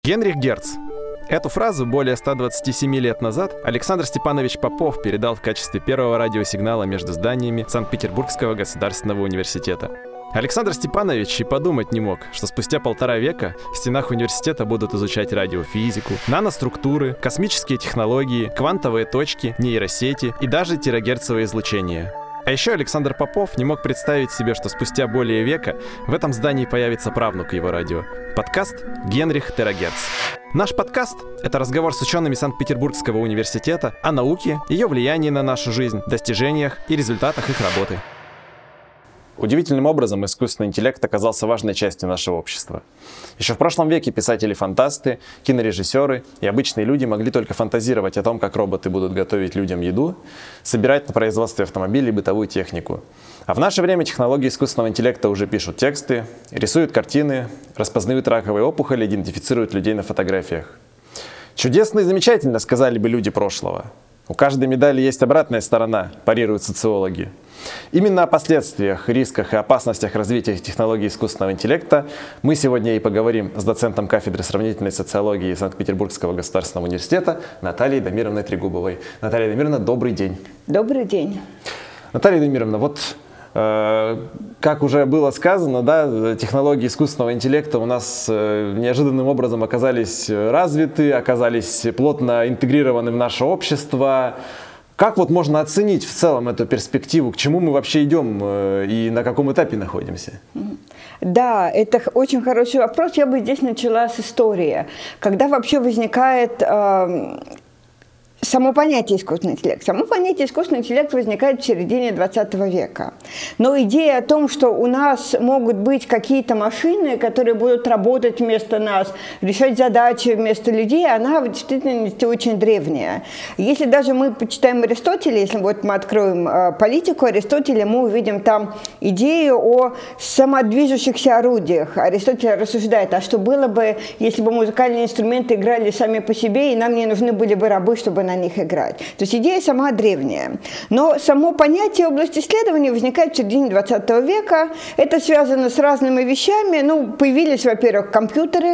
Генрих Герц. Эту фразу более 127 лет назад Александр Степанович Попов передал в качестве первого радиосигнала между зданиями Санкт-Петербургского государственного университета. Александр Степанович и подумать не мог, что спустя 1,5 века в стенах университета будут изучать радиофизику, наноструктуры, космические технологии, квантовые точки, нейросети и даже терагерцовое излучение. А еще Александр Попов не мог представить себе, что спустя более века в этом здании появится правнук его радио. Подкаст «Генрих Терагерц». Наш подкаст — это разговор с учеными Санкт-Петербургского университета о науке, ее влиянии на нашу жизнь, достижениях и результатах их работы. Удивительным образом искусственный интеллект оказался важной частью нашего общества. Еще в прошлом веке писатели-фантасты, кинорежиссеры и обычные люди могли только фантазировать о том, как роботы будут готовить людям еду, собирать на производстве автомобилей и бытовую технику. А в наше время технологии искусственного интеллекта уже пишут тексты, рисуют картины, распознают раковые опухоли, идентифицируют людей на фотографиях. Чудесно и замечательно, сказали бы люди прошлого. У каждой медали есть обратная сторона, парируют социологи. Именно о последствиях, рисках и опасностях развития технологий искусственного интеллекта мы сегодня и поговорим с доцентом кафедры сравнительной социологии Санкт-Петербургского государственного университета Натальей Дамировной Трегубовой. Наталья Дамировна, добрый день. Добрый день. Наталья Дамировна, вот как уже было сказано, да, технологии искусственного интеллекта у нас неожиданным образом оказались развиты, оказались плотно интегрированы в наше общество. Как вот можно оценить в целом эту перспективу, к чему мы вообще идем и на каком этапе находимся? Да, это очень хороший вопрос. Я бы здесь начала с истории. Когда вообще возникает само понятие искусственный интеллект. Само понятие искусственный интеллект возникает в середине 20 века. Но идея о том, что у нас могут быть какие-то машины, которые будут работать вместо нас, решать задачи вместо людей, она в действительности очень древняя. Если даже мы почитаем Аристотеля, если вот мы откроем политику Аристотеля, мы увидим там идею о самодвижущихся орудиях. Аристотель рассуждает, а что было бы, если бы музыкальные инструменты играли сами по себе, и нам не нужны были бы рабы, чтобы на них играть. То есть идея сама древняя. Но само понятие области исследований возникает в середине 20 века. Это связано с разными вещами. Ну, появились, во-первых, компьютеры,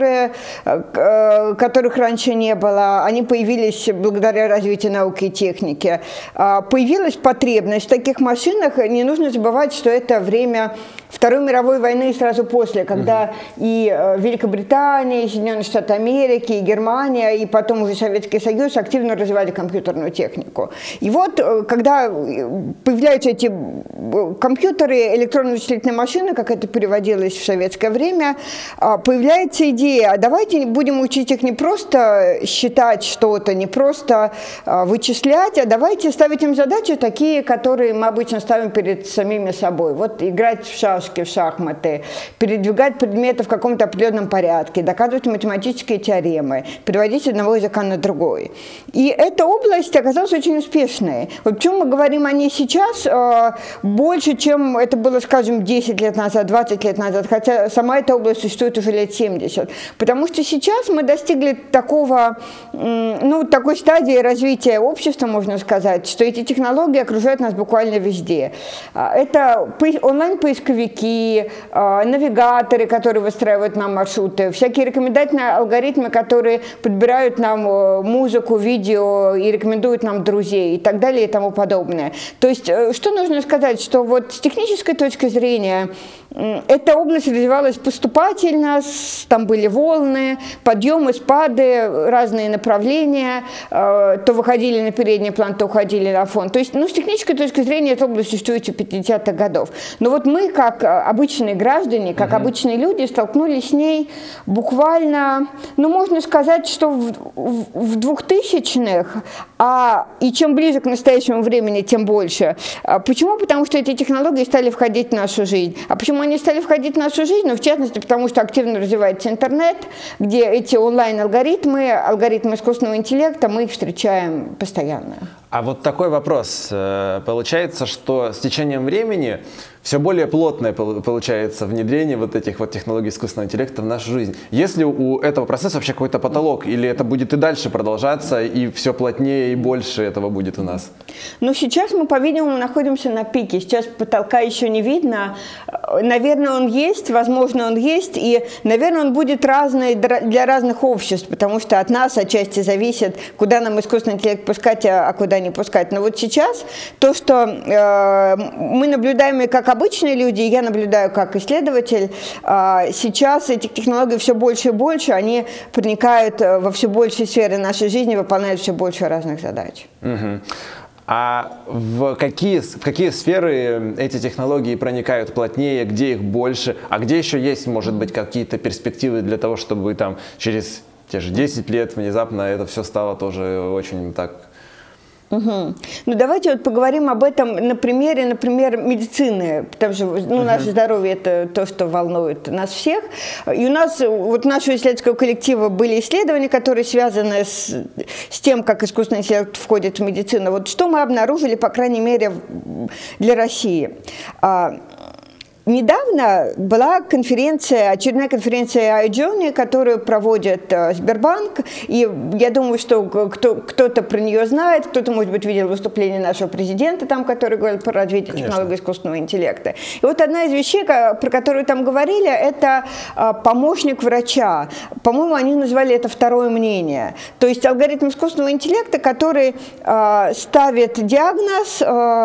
которых раньше не было. Они появились благодаря развитию науки и техники. Появилась потребность в таких машинах. Не нужно забывать, что это время Второй мировой войны сразу после, когда и Великобритания, и Соединенные Штаты Америки, и Германия, и потом уже Советский Союз активно развивали компьютерную технику. И вот, когда появляются эти компьютеры, электронно-вычислительные машины, как это переводилось в советское время, появляется идея, а давайте будем учить их не просто считать что-то, не просто вычислять, а давайте ставить им задачи такие, которые мы обычно ставим перед самими собой. Вот играть в шашки, в шахматы, передвигать предметы в каком-то определенном порядке, доказывать математические теоремы, переводить с одного языка на другой. И эта область оказалась очень успешной. Вот почему мы говорим о ней сейчас больше, чем это было, скажем, 10 лет назад, 20 лет назад, хотя сама эта область существует уже лет 70. Потому что сейчас мы достигли такой стадии развития общества, можно сказать, что эти технологии окружают нас буквально везде. Это онлайн-поисковики, навигаторы, которые выстраивают нам маршруты, всякие рекомендательные алгоритмы, которые подбирают нам музыку, видео и рекомендуют нам друзей и так далее и тому подобное. То есть, что нужно сказать, что вот с технической точки зрения эта область развивалась поступательно, там были волны, подъемы, спады, разные направления, то выходили на передний план, то уходили на фон. То есть, с технической точки зрения эта область существует с 50-х годов. Но вот мы, как обычные граждане, как обычные люди, столкнулись с ней буквально, можно сказать, что в 2000-х, и чем ближе к настоящему времени, тем больше. Почему? Потому что эти технологии стали входить в нашу жизнь. А почему они стали входить в нашу жизнь? В частности, потому что активно развивается интернет, где эти онлайн-алгоритмы, алгоритмы искусственного интеллекта, мы их встречаем постоянно. А вот такой вопрос. Получается, что с течением времени все более плотное получается внедрение вот этих вот технологий искусственного интеллекта в нашу жизнь. Есть ли у этого процесса вообще какой-то потолок? Или это будет и дальше продолжаться, и все плотнее и больше этого будет у нас? Ну, сейчас мы, по-видимому, находимся на пике. Сейчас потолка еще не видно. Наверное, он есть, возможно, он есть. И, наверное, он будет разный для разных обществ, потому что от нас отчасти зависит, куда нам искусственный интеллект пускать, а куда не пускать. Но вот сейчас то, что мы наблюдаем и как обычные люди, я наблюдаю как исследователь, сейчас этих технологий все больше и больше, они проникают во все большие сферы нашей жизни, выполняют все больше разных задач. Угу. А в какие сферы эти технологии проникают плотнее, где их больше, а где еще есть, может быть, какие-то перспективы для того, чтобы там через те же 10 лет внезапно это все стало тоже очень так... Угу. Ну, давайте вот поговорим об этом на примере, например, медицины, потому что наше здоровье – это то, что волнует нас всех. И у нас, вот у нашего исследовательского коллектива были исследования, которые связаны с тем, как искусственный интеллект входит в медицину. Вот что мы обнаружили, по крайней мере, для России. Недавно была очередная конференция iJourney, которую проводит Сбербанк, и я думаю, что кто-то про нее знает, кто-то, может быть, видел выступление нашего президента, там, который говорил про развитие технологий искусственного интеллекта. И вот одна из вещей, про которую там говорили, это помощник врача. По-моему, они назвали это второе мнение. То есть алгоритм искусственного интеллекта, который ставит диагноз,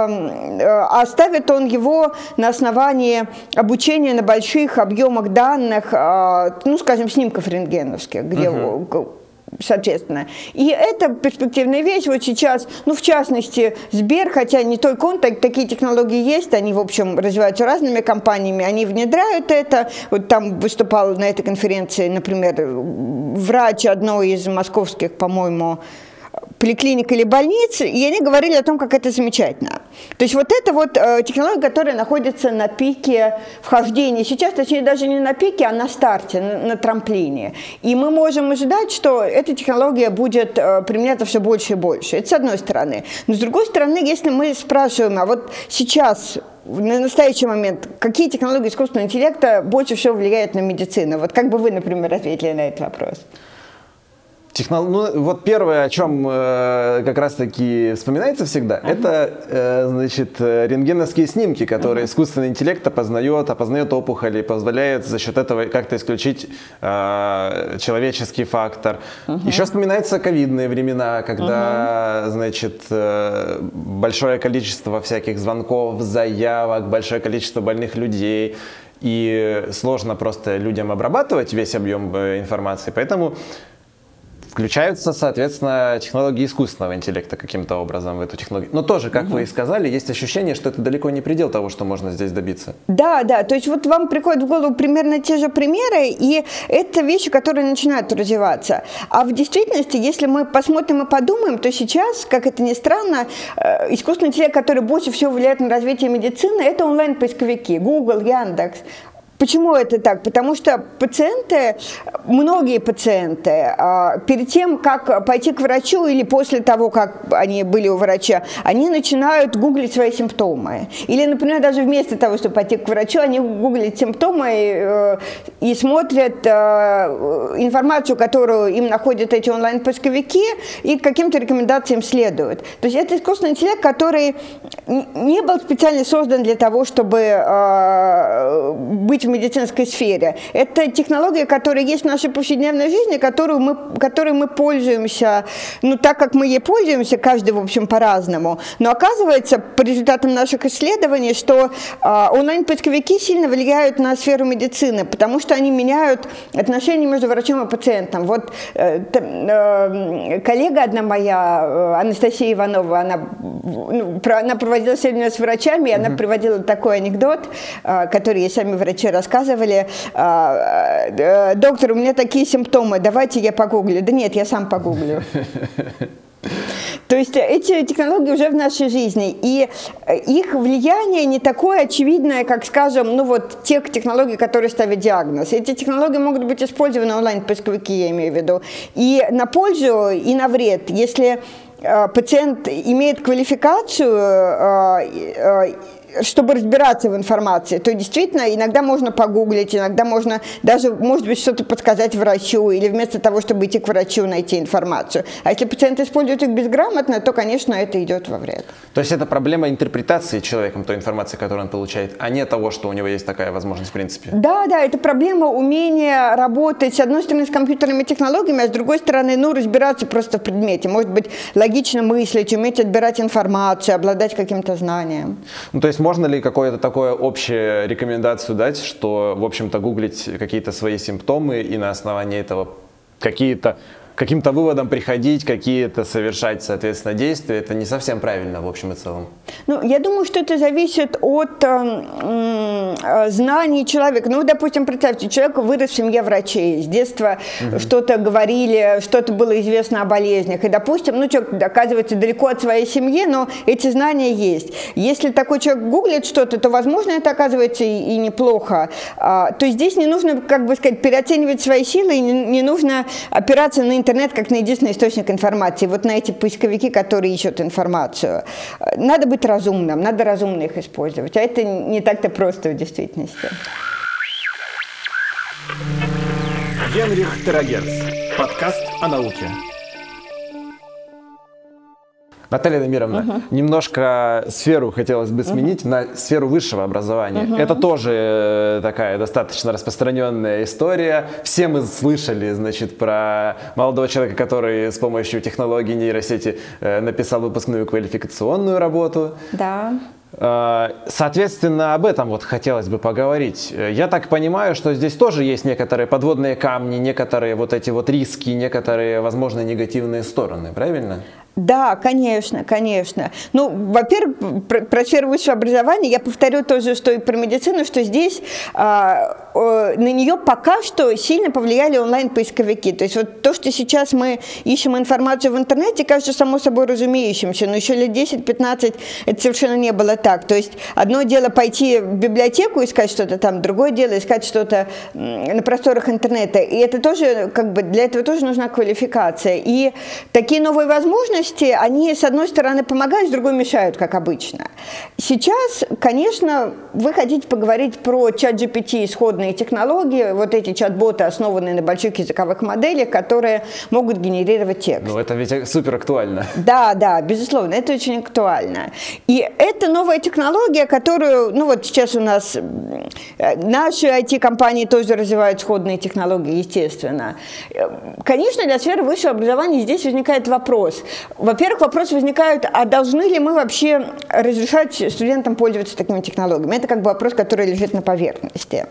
а ставит он его на основании обучение на больших объемах данных, ну, скажем, снимков рентгеновских, где, соответственно. И это перспективная вещь. Вот сейчас, ну, в частности, Сбер, хотя не только он, такие технологии есть, они, в общем, развиваются разными компаниями, они внедряют это. Вот там выступал на этой конференции, например, врач одной из московских, по-моему, поликлиник или больниц, и они говорили о том, как это замечательно. То есть вот это вот технология, которая находится на пике вхождения. Сейчас, точнее, даже не на пике, а на старте, на трамплине. И мы можем ожидать, что эта технология будет применяться все больше и больше. Это с одной стороны. Но с другой стороны, если мы спрашиваем, а вот сейчас, на настоящий момент, какие технологии искусственного интеллекта больше всего влияют на медицину? Вот как бы вы, например, ответили на этот вопрос? Ну, вот первое, о чем как раз-таки вспоминается всегда, это, значит, рентгеновские снимки, которые искусственный интеллект опознает опухоли, позволяет за счет этого как-то исключить человеческий фактор. Еще вспоминаются ковидные времена, когда, значит, большое количество всяких звонков, заявок, большое количество больных людей, и сложно просто людям обрабатывать весь объем информации, поэтому включаются, соответственно, технологии искусственного интеллекта каким-то образом в эту технологию. Но тоже, как вы и сказали, есть ощущение, что это далеко не предел того, что можно здесь добиться. Да, то есть вот вам приходят в голову примерно те же примеры, и это вещи, которые начинают развиваться. А в действительности, если мы посмотрим и подумаем, то сейчас, как это ни странно, искусственный интеллект, который больше всего влияет на развитие медицины, это онлайн-поисковики, Google, Яндекс. Почему это так? Потому что многие пациенты, перед тем, как пойти к врачу или после того, как они были у врача, они начинают гуглить свои симптомы. Или, например, даже вместо того, чтобы пойти к врачу, они гуглят симптомы и смотрят информацию, которую им находят эти онлайн-поисковики, и к каким-то рекомендациям следуют. То есть это искусственный интеллект, который не был специально создан для того, чтобы быть в медицинской сфере. Это технология, которая есть в нашей повседневной жизни, которой мы пользуемся, ну, так как мы ей пользуемся, каждый, в общем, по-разному. Но оказывается, по результатам наших исследований, что онлайн-поисковики сильно влияют на сферу медицины, потому что они меняют отношения между врачом и пациентом. Вот коллега одна моя, Анастасия Иванова, она проводила исследования с врачами, и она приводила такой анекдот, который ей сами врачи рассказывали: доктор, у меня такие симптомы, давайте я погуглю. Да нет, я сам погуглю. То есть эти технологии уже в нашей жизни, и их влияние не такое очевидное, как, скажем, ну вот тех технологий, которые ставят диагноз. Эти технологии могут быть использованы онлайн-поисковики, я имею в виду, и на пользу, и на вред. Если пациент имеет квалификацию, чтобы разбираться в информации, то действительно иногда можно погуглить, иногда можно даже, может быть, что-то подсказать врачу или вместо того, чтобы идти к врачу, найти информацию. А если пациент использует их безграмотно, то, конечно, это идет во вред. То есть это проблема интерпретации человеком той информации, которую он получает, а не того, что у него есть такая возможность в принципе? Да, это проблема умения работать, с одной стороны, с компьютерными технологиями, а с другой стороны, разбираться просто в предмете. Может быть, логично мыслить, уметь отбирать информацию, обладать каким-то знанием. То есть можно ли какую-то такую общую рекомендацию дать, что, в общем-то, гуглить какие-то свои симптомы и на основании этого каким-то выводам приходить, какие-то совершать, соответственно, действия, это не совсем правильно в общем и целом? Я думаю, что это зависит от знаний человека. Допустим, представьте, человек вырос в семье врачей, с детства что-то говорили, что-то было известно о болезнях, и, допустим, человек оказывается далеко от своей семьи, но эти знания есть. Если такой человек гуглит что-то, то, возможно, это оказывается и неплохо. То есть здесь не нужно, переоценивать свои силы, и не нужно опираться на интернет как на единственный источник информации, вот на эти поисковики, которые ищут информацию. Надо быть разумным, надо разумно их использовать, а это не так-то просто в действительности. Генрих Терагерц. Подкаст о науке. Наталья Дамировна, немножко сферу хотелось бы сменить на сферу высшего образования. Это тоже такая достаточно распространенная история. Все мы слышали, про молодого человека, который с помощью технологий нейросети написал выпускную квалификационную работу. Да. Соответственно, об этом хотелось бы поговорить. Я так понимаю, что здесь тоже есть некоторые подводные камни, некоторые эти риски, некоторые, возможно, негативные стороны, правильно? Да, конечно. Во-первых, про сферу высшего образования я повторю то же, что и про медицину, что здесь на нее пока что сильно повлияли онлайн-поисковики. То есть то, что сейчас мы ищем информацию в интернете, кажется само собой разумеющимся, но еще лет 10-15 это совершенно не было так. То есть одно дело пойти в библиотеку, искать что-то там, другое дело искать что-то на просторах интернета. И это тоже, для этого тоже нужна квалификация. И такие новые возможности, они, с одной стороны, помогают, с другой мешают, как обычно. Сейчас, конечно, вы хотите поговорить про ChatGPT, исходные технологии, эти чат-боты, основанные на больших языковых моделях, которые могут генерировать текст. Это ведь супер актуально. Да, безусловно, это очень актуально. И это новая технология, которую, сейчас у нас наши IT-компании тоже развивают сходные технологии, естественно. Конечно, для сферы высшего образования здесь возникает вопрос. Во-первых, вопрос возникает, а должны ли мы вообще разрешать студентам пользоваться такими технологиями? Это вопрос, который лежит на поверхности.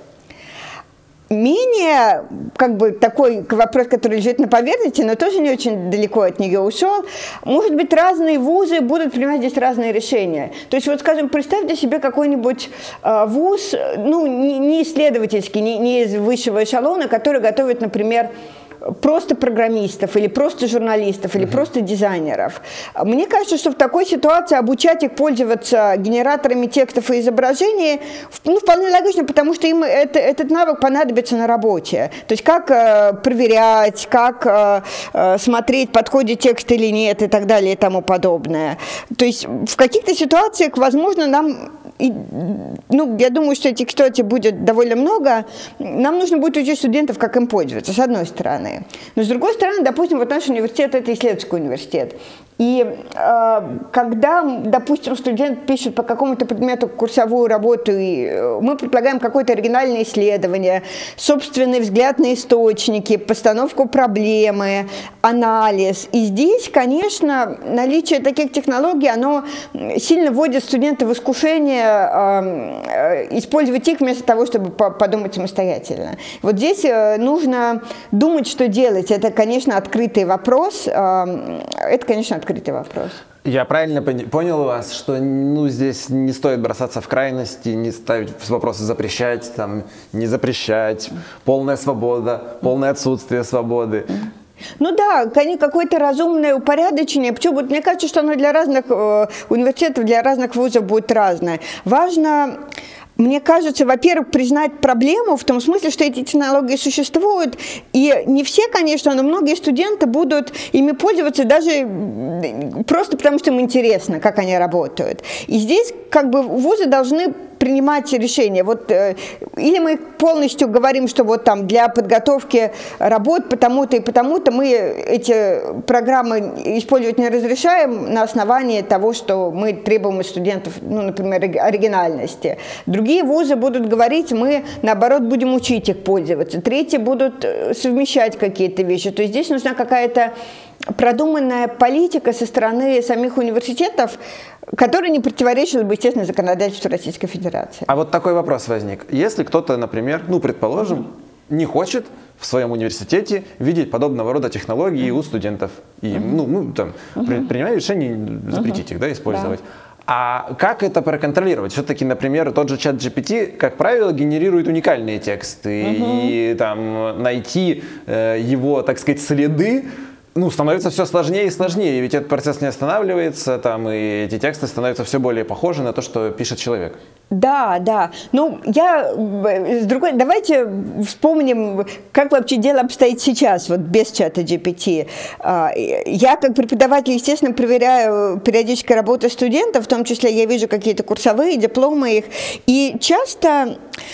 Менее, такой вопрос, который лежит на поверхности, но тоже не очень далеко от нее ушел. Может быть, разные вузы будут принимать здесь разные решения. То есть, скажем, представьте себе какой-нибудь вуз, не исследовательский, не из высшего эшелона, который готовит, например, просто программистов, или просто журналистов, или просто дизайнеров. Мне кажется, что в такой ситуации обучать их пользоваться генераторами текстов и изображений вполне логично, потому что им этот навык понадобится на работе. То есть как проверять, как смотреть, подходит текст или нет, и так далее, и тому подобное. То есть в каких-то ситуациях, возможно, нам, я думаю, что этих ситуаций будет довольно много, нам нужно будет учить студентов, как им пользоваться, с одной стороны. Но с другой стороны, допустим, наш университет – это исследовательский университет. И когда, допустим, студент пишет по какому-то предмету курсовую работу, и мы предлагаем какое-то оригинальное исследование, собственный взгляд на источники, постановку проблемы, анализ. И здесь, конечно, наличие таких технологий, оно сильно вводит студента в искушение использовать их вместо того, чтобы подумать самостоятельно. Здесь нужно думать, что делать. Это, конечно, открытый вопрос. Открытый вопрос. Я правильно понял вас, что здесь не стоит бросаться в крайности, не ставить вопросы запрещать, не запрещать, полная свобода, полное отсутствие свободы. Какое-то разумное упорядочение. Почему? Мне кажется, что оно для разных университетов, для разных вузов будет разное. Важно мне кажется, во-первых, признать проблему в том смысле, что эти технологии существуют, и не все, конечно, но многие студенты будут ими пользоваться даже просто потому, что им интересно, как они работают. И здесь как бы вузы должны принимать решения. Вот, или мы полностью говорим, что вот там для подготовки работ потому-то и потому-то мы эти программы использовать не разрешаем на основании того, что мы требуем от студентов, ну, например, оригинальности. Другие вузы будут говорить, мы, наоборот, будем учить их пользоваться. Третьи будут совмещать какие-то вещи. То есть здесь нужна какая-то продуманная политика со стороны самих университетов, которая не противоречила бы, естественно, законодательству Российской Федерации. А вот такой вопрос возник. Если кто-то, например, ну, предположим, не хочет в своем университете видеть подобного рода технологии у студентов и принимает решение запретить их, да, использовать. Да. А как это проконтролировать? Все-таки, например, тот же чат GPT, как правило, генерирует уникальные тексты, и там найти его, так сказать, следы, ну, становится все сложнее и сложнее, ведь этот процесс не останавливается, там, и эти тексты становятся все более похожи на то, что пишет человек. Да, да. Ну, давайте вспомним, как вообще дело обстоит сейчас, вот без чата GPT. Я, как преподаватель, естественно, проверяю периодически работу студентов, в том числе я вижу какие-то курсовые, дипломы их, и часто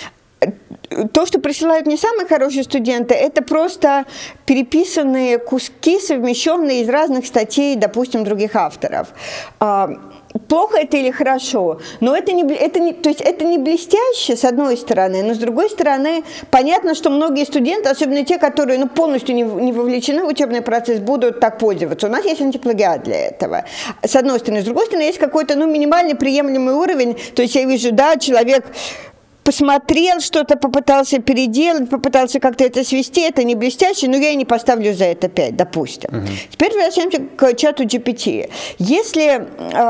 то, что присылают не самые хорошие студенты, это просто переписанные куски, совмещенные из разных статей, допустим, других авторов. Плохо это или хорошо? Но это не блестяще, с одной стороны, но с другой стороны, понятно, что многие студенты, особенно те, которые полностью не вовлечены в учебный процесс, будут так пользоваться. У нас есть антиплагиат для этого. С одной стороны. С другой стороны, есть какой-то минимальный приемлемый уровень. То есть я вижу, да, человек посмотрел что-то, попытался переделать, попытался как-то это свести, это не блестяще, но я и не поставлю за это 5, допустим. Теперь возвращаемся к чату GPT. Если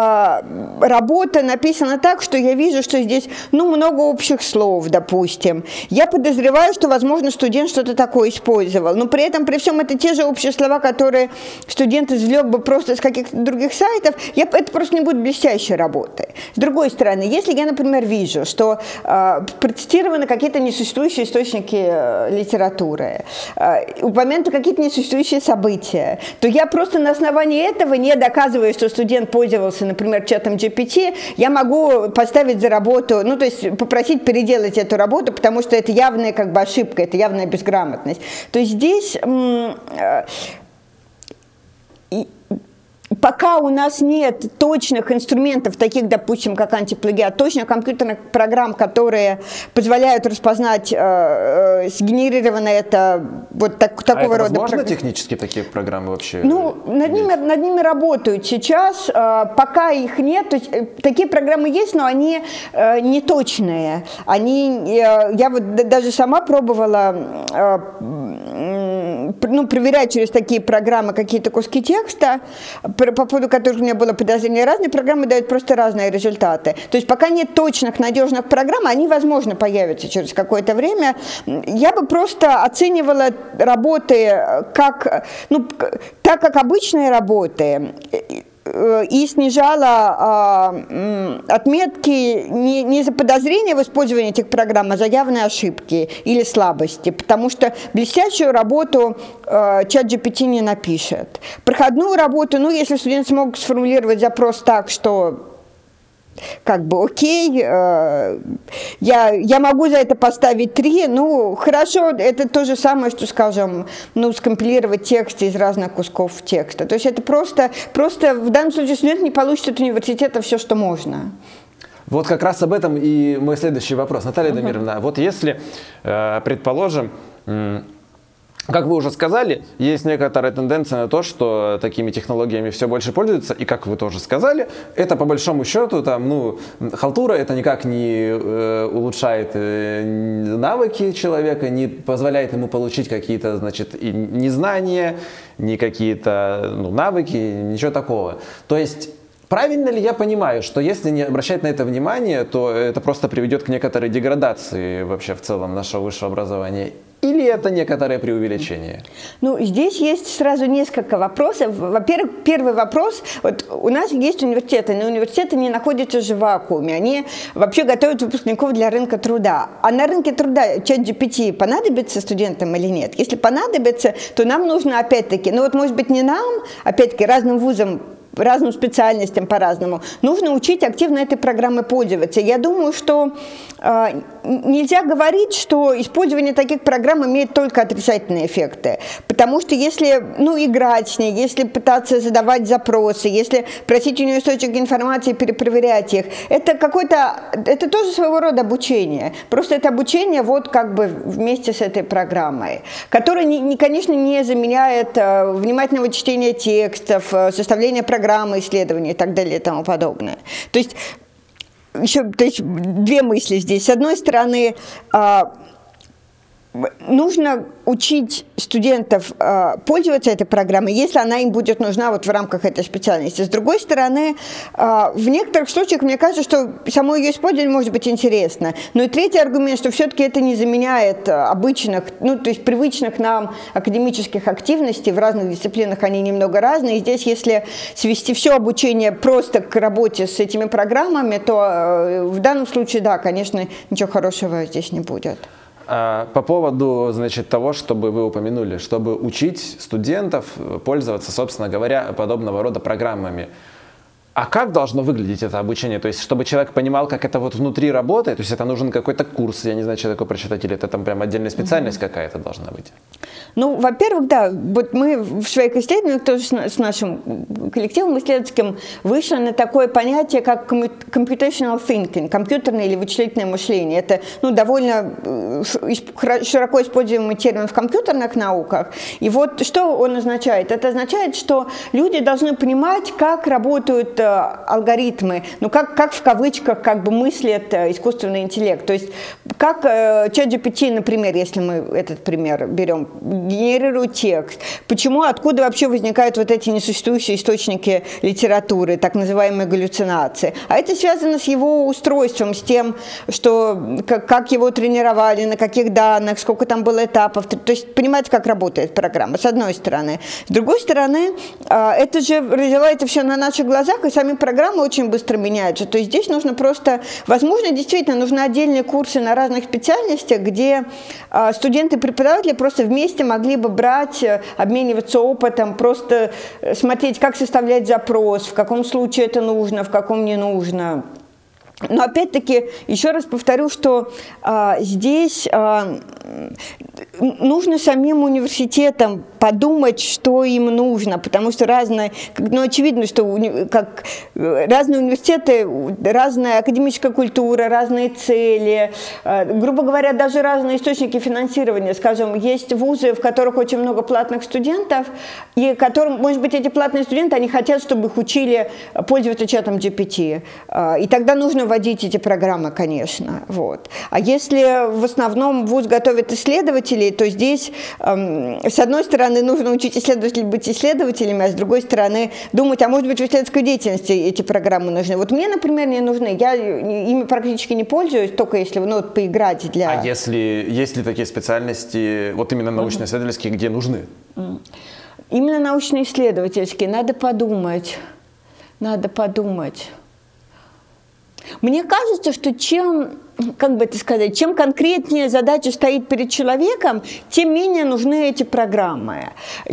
работа написана так, что я вижу, что здесь много общих слов, допустим, я подозреваю, что, возможно, студент что-то такое использовал, но при этом, при всем, это те же общие слова, которые студент извлек бы просто с каких-то других сайтов, это просто не будет блестящей работой. С другой стороны, если я, например, вижу, что процитированы какие-то несуществующие источники литературы, упомянуты какие-то несуществующие события, то я просто на основании этого, не доказывая, что студент пользовался, например, чатом GPT, я могу поставить за работу, то есть попросить переделать эту работу, потому что это явная ошибка, это явная безграмотность. То есть здесь пока у нас нет точных инструментов, таких, допустим, как антиплагиат, точных компьютерных программ, которые позволяют распознать сгенерированное это вот такого рода. Возможно технически такие программы вообще? Над ними работают сейчас, пока их нет. То есть, такие программы есть, но они не точные. Я вот даже сама пробовала проверять через такие программы какие-то куски текста, по поводу которых у меня было подозрение. Разные программы дают просто разные результаты. То есть пока нет точных, надежных программ, они, возможно, появятся через какое-то время. Я бы просто оценивала работы так, как обычные работы, и снижала отметки не за подозрение в использовании этих программ, а за явные ошибки или слабости, потому что блестящую работу чат GPT не напишет. Проходную работу, если студент смог сформулировать запрос так, что окей, я могу за это поставить 3, хорошо, это то же самое, что, скажем, скомпилировать текст из разных кусков текста. То есть это просто в данном случае студент не получит от университета все, что можно. Вот как раз об этом и мой следующий вопрос. Наталья Дамировна, вот если, предположим, как вы уже сказали, есть некоторая тенденция на то, что такими технологиями все больше пользуются, и как вы тоже сказали, это по большому счету, халтура, это никак не улучшает навыки человека, не позволяет ему получить какие-то, ни знания, ни какие-то навыки, ничего такого. То есть, правильно ли я понимаю, что если не обращать на это внимание, то это просто приведет к некоторой деградации вообще в целом нашего высшего образования? или это некоторое преувеличение? Ну, здесь есть сразу несколько вопросов. Во-первых, первый вопрос. Вот у нас есть университеты, но университеты не находятся же в вакууме. Они вообще готовят выпускников для рынка труда. А на рынке труда ChatGPT понадобится студентам или нет? Если понадобится, то нам нужно опять-таки, ну вот может быть не нам, опять-таки разным вузам, разным специальностям по-разному, нужно учить активно этой программой пользоваться. Я думаю, что нельзя говорить, что использование таких программ имеет только отрицательные эффекты. Потому что если играть с ней, если пытаться задавать запросы, если просить у нее источники информации, перепроверять их, это тоже своего рода обучение. Просто это обучение вот как бы вместе с этой программой, которая, конечно, не заменяет внимательного чтения текстов, составления программы, исследований и так далее и тому подобное. То есть две мысли здесь. С одной стороны, нужно учить студентов пользоваться этой программой, если она им будет нужна вот в рамках этой специальности. С другой стороны, в некоторых случаях мне кажется, что само ее использование может быть интересно. Но и третий аргумент, что все-таки это не заменяет обычных, то есть привычных нам академических активностей. В разных дисциплинах они немного разные. И здесь, если свести все обучение просто к работе с этими программами, то в данном случае, да, конечно, ничего хорошего здесь не будет. По поводу, того, чтобы вы упомянули, чтобы учить студентов пользоваться, собственно говоря, подобного рода программами. А как должно выглядеть это обучение? То есть, чтобы человек понимал, как это вот внутри работает, то есть это нужен какой-то курс, я не знаю, что такое прочитать, или это там прям отдельная специальность какая-то должна быть? Ну, во-первых, да, вот мы в своих исследованиях тоже с нашим коллективом исследовательским вышли на такое понятие, как computational thinking, компьютерное или вычислительное мышление. Это довольно широко используемый термин в компьютерных науках. И вот что он означает? Это означает, что люди должны понимать, как работают алгоритмы, как в кавычках мыслит искусственный интеллект. То есть как ChatGPT, например, если мы этот пример берем, генерирует текст, откуда вообще возникают вот эти несуществующие источники литературы, так называемые галлюцинации. А это связано с его устройством, с тем, что как его тренировали, на каких данных, сколько там было этапов. То есть понимаете, как работает программа, с одной стороны. С другой стороны, это же развивается все на наших глазах, и сами программы очень быстро меняются. То есть здесь нужно просто, возможно, действительно нужны отдельные курсы на разных специальностях, где студенты и преподаватели просто вместе могли бы брать, обмениваться опытом, просто смотреть, как составлять запрос, в каком случае это нужно, в каком не нужно. Но опять-таки, еще раз повторю, что здесь нужно самим университетам подумать, что им нужно, потому что очевидно, что разные университеты, разная академическая культура, разные цели, грубо говоря, даже разные источники финансирования. Скажем, есть вузы, в которых очень много платных студентов, и которым, может быть, эти платные студенты, они хотят, чтобы их учили пользоваться чатом GPT. И тогда нужно вводить эти программы, конечно. Вот. А если в основном вуз готовит исследователей, то здесь, с одной стороны, нужно учить исследователей быть исследователями, а с другой стороны, думать, а может быть, в исследовательской деятельности эти программы нужны. Вот мне, например, не нужны. Я ими практически не пользуюсь, только если поиграть для... А есть ли такие специальности, вот именно научно-исследовательские, где нужны? Именно научно-исследовательские. Надо подумать. Мне кажется, что чем конкретнее задача стоит перед человеком, тем менее нужны эти программы.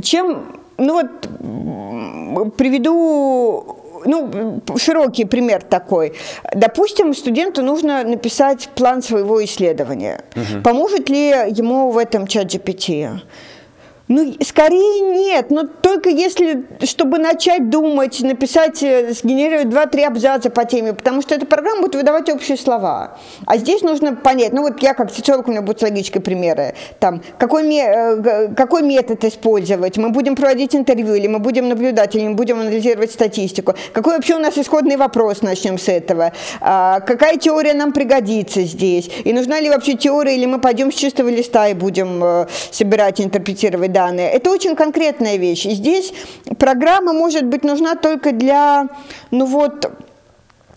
Приведу широкий пример такой. Допустим, студенту нужно написать план своего исследования. Поможет ли ему в этом ChatGPT? Скорее нет, но только чтобы начать думать, написать, сгенерировать 2-3 абзаца по теме, потому что эта программа будет выдавать общие слова. А здесь нужно понять, я как социолог, у меня будут логические примеры, какой метод использовать, мы будем проводить интервью, или мы будем наблюдать, или мы будем анализировать статистику, какой вообще у нас исходный вопрос, начнем с этого, какая теория нам пригодится здесь, и нужна ли вообще теория, или мы пойдем с чистого листа и будем собирать и интерпретировать данные. Это очень конкретная вещь. И здесь программа может быть нужна только для,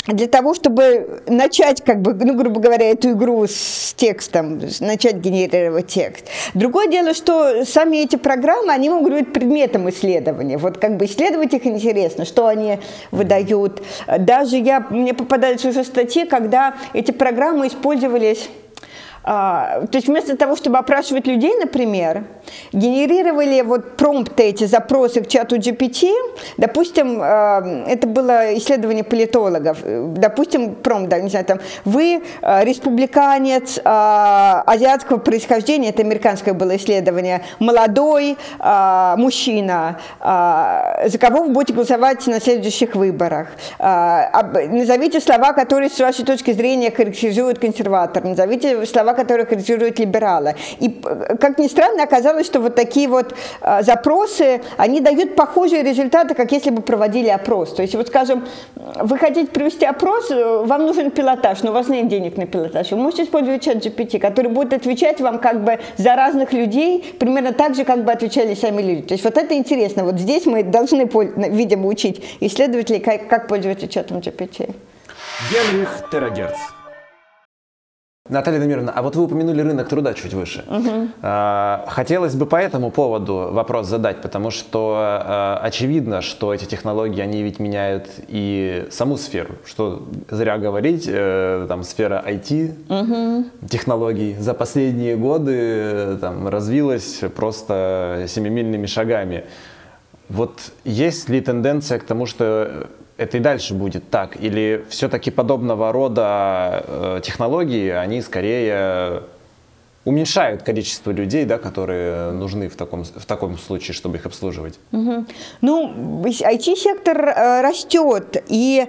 для того, чтобы начать, как бы, ну, грубо говоря, эту игру с текстом, начать генерировать текст. Другое дело, что сами эти программы, они могут быть предметом исследования. Вот как бы исследовать их интересно, что они выдают. Даже мне попадались уже статьи, когда эти программы использовались. То есть вместо того, чтобы опрашивать людей, например, генерировали вот промпты, эти запросы к чату GPT, допустим, это было исследование политологов, допустим, промпт, да, не знаю, там, вы республиканец азиатского происхождения, это американское было исследование, молодой мужчина, за кого вы будете голосовать на следующих выборах, назовите слова, которые с вашей точки зрения характеризуют консерватор, назовите слова, которые характеризуют либерала. И, как ни странно, оказалось, что вот такие вот запросы, они дают похожие результаты, как если бы проводили опрос. То есть, вот, скажем, вы хотите провести опрос, вам нужен пилотаж, но у вас нет денег на пилотаж. Вы можете использовать чат GPT, который будет отвечать вам как бы за разных людей, примерно так же, как бы отвечали сами люди. То есть, вот это интересно. Вот здесь мы должны, видимо, учить исследователей, как пользоваться чатом GPT. Генрих Терагерц. Наталья Дамировна, а вот вы упомянули рынок труда чуть выше. Хотелось бы по этому поводу вопрос задать, потому что очевидно, что эти технологии, они ведь меняют и саму сферу. Что зря говорить, там сфера IT-технологий за последние годы там развилась просто семимильными шагами. Вот есть ли тенденция к тому, что это и дальше будет так? Или все-таки подобного рода технологии, они скорее уменьшают количество людей, да, которые нужны в таком случае, чтобы их обслуживать? Ну, IT-сектор растет, и,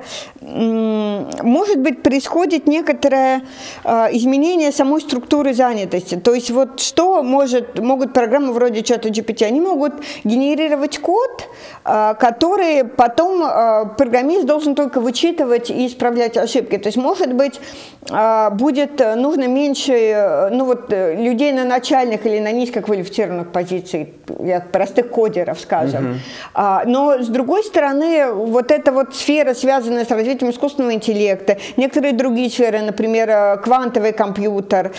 может быть, происходит некоторое изменение самой структуры занятости. То есть вот что могут программы вроде чата GPT? Они могут генерировать код, который потом программист должен только вычитывать и исправлять ошибки. То есть, может быть, будет нужно меньше, ну вот, людей на начальных или на низкоквалифицированных позициях, простых кодеров, скажем. Но, с другой стороны, вот эта вот сфера, связанная с развитием искусственного интеллекта, некоторые другие сферы, например, квантовый компьютер,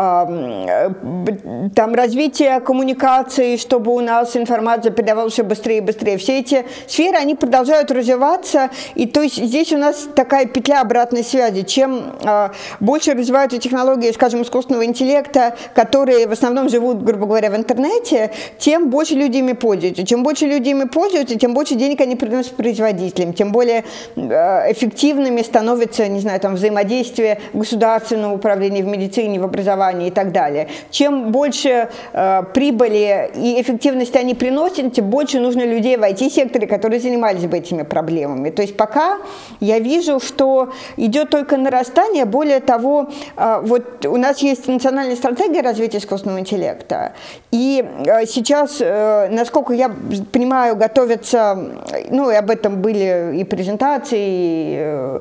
там развитие коммуникации, чтобы у нас информация передавалась все быстрее и быстрее. Все эти сферы, они продолжают развиваться, и то есть здесь у нас такая петля обратной связи. Чем больше развиваются технологии, скажем, искусственного интеллекта, которые в основном живут, грубо говоря, в интернете, тем больше люди ими пользуются. Чем больше люди ими пользуются, тем больше денег они приносят производителям, тем более эффективными становятся, не знаю, там, взаимодействие государственного управления в медицине, в образовании и так далее. Чем больше прибыли и эффективности они приносят, тем больше нужно людей в IT-секторе, которые занимались бы этими проблемами. То есть пока я вижу, что идет только нарастание. Более того, вот у нас есть национальная стратегия развития искусственного интеллекта, и сейчас, насколько я понимаю, готовятся, ну и об этом были и презентации, и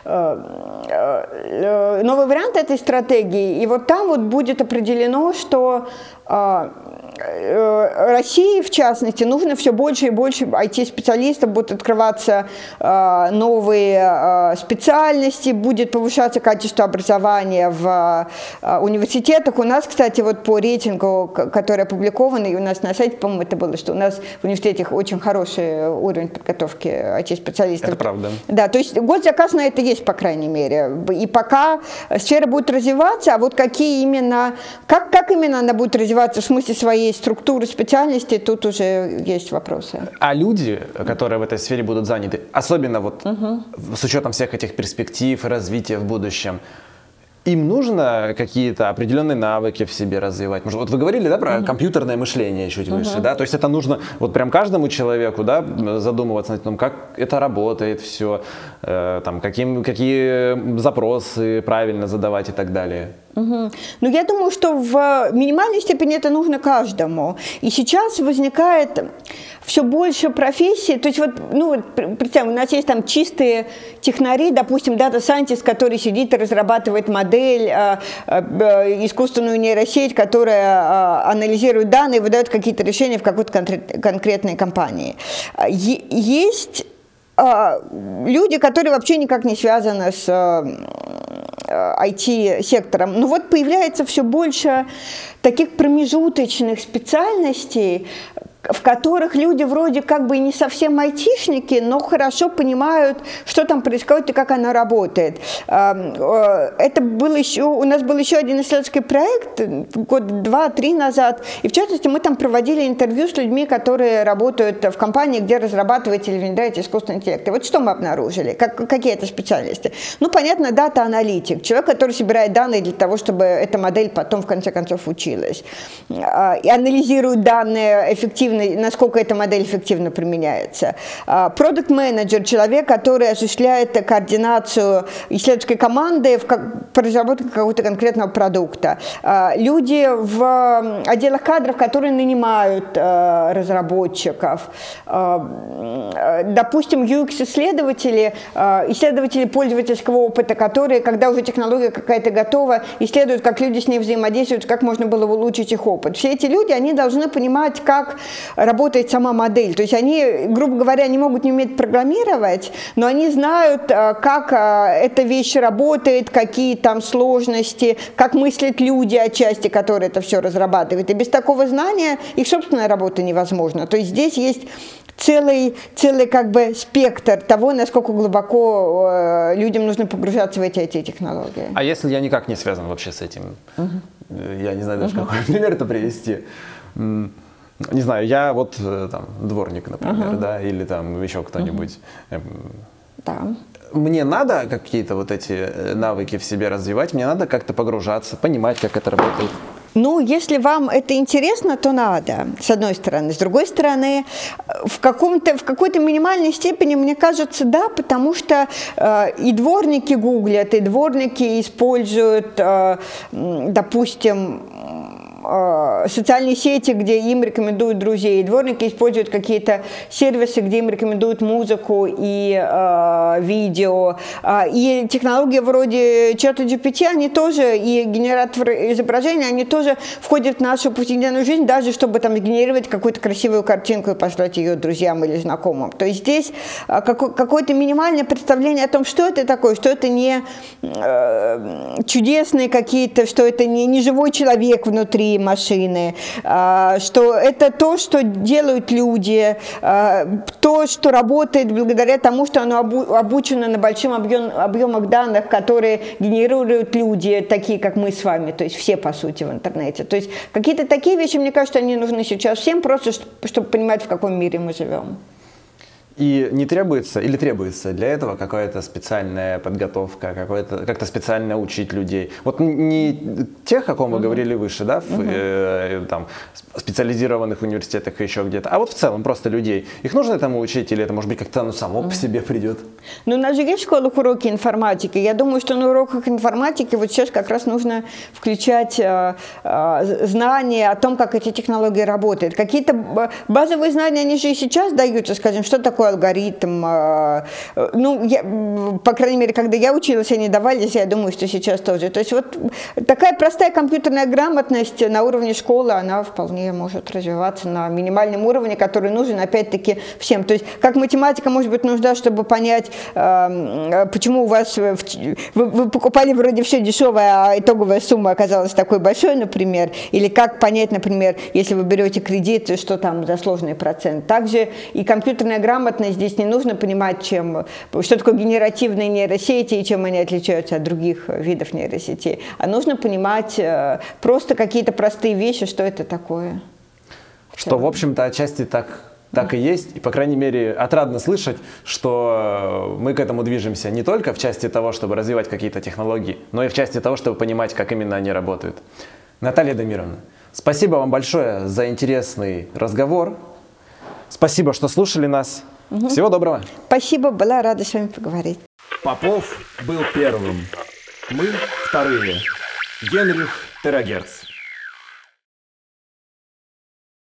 новый вариант этой стратегии, и вот там вот будет определено, что России, в частности, нужно все больше и больше IT-специалистов, будут открываться новые специальности, будет повышаться качество образования в университетах. У нас, кстати, вот по рейтингу, который опубликован, и у нас на сайте, по-моему, это было, что у нас в университетах очень хороший уровень подготовки IT-специалистов. Это правда. Да, то есть госзаказ на это есть, по крайней мере. И пока сфера будет развиваться, а вот какие именно, как именно она будет развиваться в смысле своей структуры специальности, тут уже есть вопросы. А люди, которые в этой сфере будут заняты, особенно вот с учетом всех этих перспектив и развития в будущем, им нужно какие-то определенные навыки в себе развивать? Может, вот вы говорили, да, про компьютерное мышление чуть выше, да? То есть это нужно вот прям каждому человеку, да, задумываться над тем, как это работает все, там, какие запросы правильно задавать и так далее. Ну, я думаю, что в минимальной степени это нужно каждому. И сейчас возникает все больше профессий. То есть вот, ну, представим, у нас есть там чистые технари, допустим, дата-сайентист, который сидит и разрабатывает модель, искусственную нейросеть, которая анализирует данные и выдает какие-то решения в какой-то конкретной компании. Есть люди, которые вообще никак не связаны с IT-сектором. Но вот появляется все больше таких промежуточных специальностей, в которых люди вроде как бы и не совсем айтишники, но хорошо понимают, что там происходит и как оно работает. Это был еще, у нас был еще один исследовательский проект год 2-3 назад, и в частности мы там проводили интервью с людьми, которые работают в компании, где разрабатываете или внедряете искусственный интеллект. И вот что мы обнаружили, какие это специальности? Ну, понятно, дата-аналитик, человек, который собирает данные для того, чтобы эта модель потом в конце концов училась, и анализирует данные эффективно, насколько эта модель эффективно применяется. Продакт-менеджер, человек, который осуществляет координацию исследовательской команды по разработке какого-то конкретного продукта. Люди в отделах кадров, которые нанимают разработчиков. Допустим, UX-исследователи, исследователи пользовательского опыта, которые, когда уже технология какая-то готова, исследуют, как люди с ней взаимодействуют, как можно было улучшить их опыт. Все эти люди, они должны понимать, как работает сама модель. То есть они, грубо говоря, не могут не уметь программировать, но они знают, как эта вещь работает, какие там сложности, как мыслят люди отчасти, которые это все разрабатывают. И без такого знания их собственная работа невозможна. То есть здесь есть целый как бы спектр того, насколько глубоко людям нужно погружаться в эти технологии. А если я никак не связан вообще с этим? Я не знаю даже, какой пример это привести. Не знаю, я вот там дворник, например, да, или там еще кто-нибудь. Да. Мне надо какие-то вот эти навыки в себе развивать, мне надо как-то погружаться, понимать, как это работает. Ну, если вам это интересно, то надо, с одной стороны. С другой стороны, в какой-то минимальной степени, мне кажется, да, потому что и дворники гуглят, и дворники используют, допустим, социальные сети, где им рекомендуют друзей. Дворники используют какие-то сервисы, где им рекомендуют музыку и видео. И технологии вроде чата GPT, они тоже, и генератор изображения, они тоже входят в нашу повседневную жизнь, даже чтобы там генерировать какую-то красивую картинку и послать ее друзьям или знакомым. То есть здесь какое-то минимальное представление о том, что это такое, что это не чудесные какие-то, что это не живой человек внутри машины, что это то, что делают люди, то, что работает благодаря тому, что оно обучено на большим объемах данных, которые генерируют люди, такие, как мы с вами, то есть все, по сути, в интернете. То есть какие-то такие вещи, мне кажется, они нужны сейчас всем, просто чтобы понимать, в каком мире мы живем. И не требуется, или требуется для этого какая-то специальная подготовка, как-то специально учить людей? Вот не тех, о ком вы говорили выше, да, в там, специализированных университетах и еще где-то, а вот в целом просто людей. Их нужно этому учить, или это, может быть, как-то оно само по себе придет? Ну, у нас же есть в школах уроки информатики. Я думаю, что на уроках информатики вот сейчас как раз нужно включать знания о том, как эти технологии работают. Какие-то базовые знания, они же и сейчас даются, скажем, что такое алгоритм. Ну, по крайней мере, когда я училась, они давались, я думаю, что сейчас тоже. То есть вот такая простая компьютерная грамотность на уровне школы, она вполне может развиваться на минимальном уровне, который нужен, опять-таки, всем. То есть как математика, может быть, нужна, чтобы понять, почему у вас... Вы покупали вроде все дешевое, а итоговая сумма оказалась такой большой, например. Или как понять, например, если вы берете кредит, что там за сложный процент. Также и компьютерная грамотность здесь не нужно понимать, что такое генеративные нейросети и чем они отличаются от других видов нейросетей. А нужно понимать просто какие-то простые вещи, что это такое. Что, в общем-то, отчасти так и есть. И, по крайней мере, отрадно слышать, что мы к этому движемся не только в части того, чтобы развивать какие-то технологии, но и в части того, чтобы понимать, как именно они работают. Наталья Дамировна, спасибо вам большое за интересный разговор. Спасибо, что слушали нас. Всего доброго. Спасибо, была рада с вами поговорить. Попов был первым. Мы вторые. Генрих Терагерц.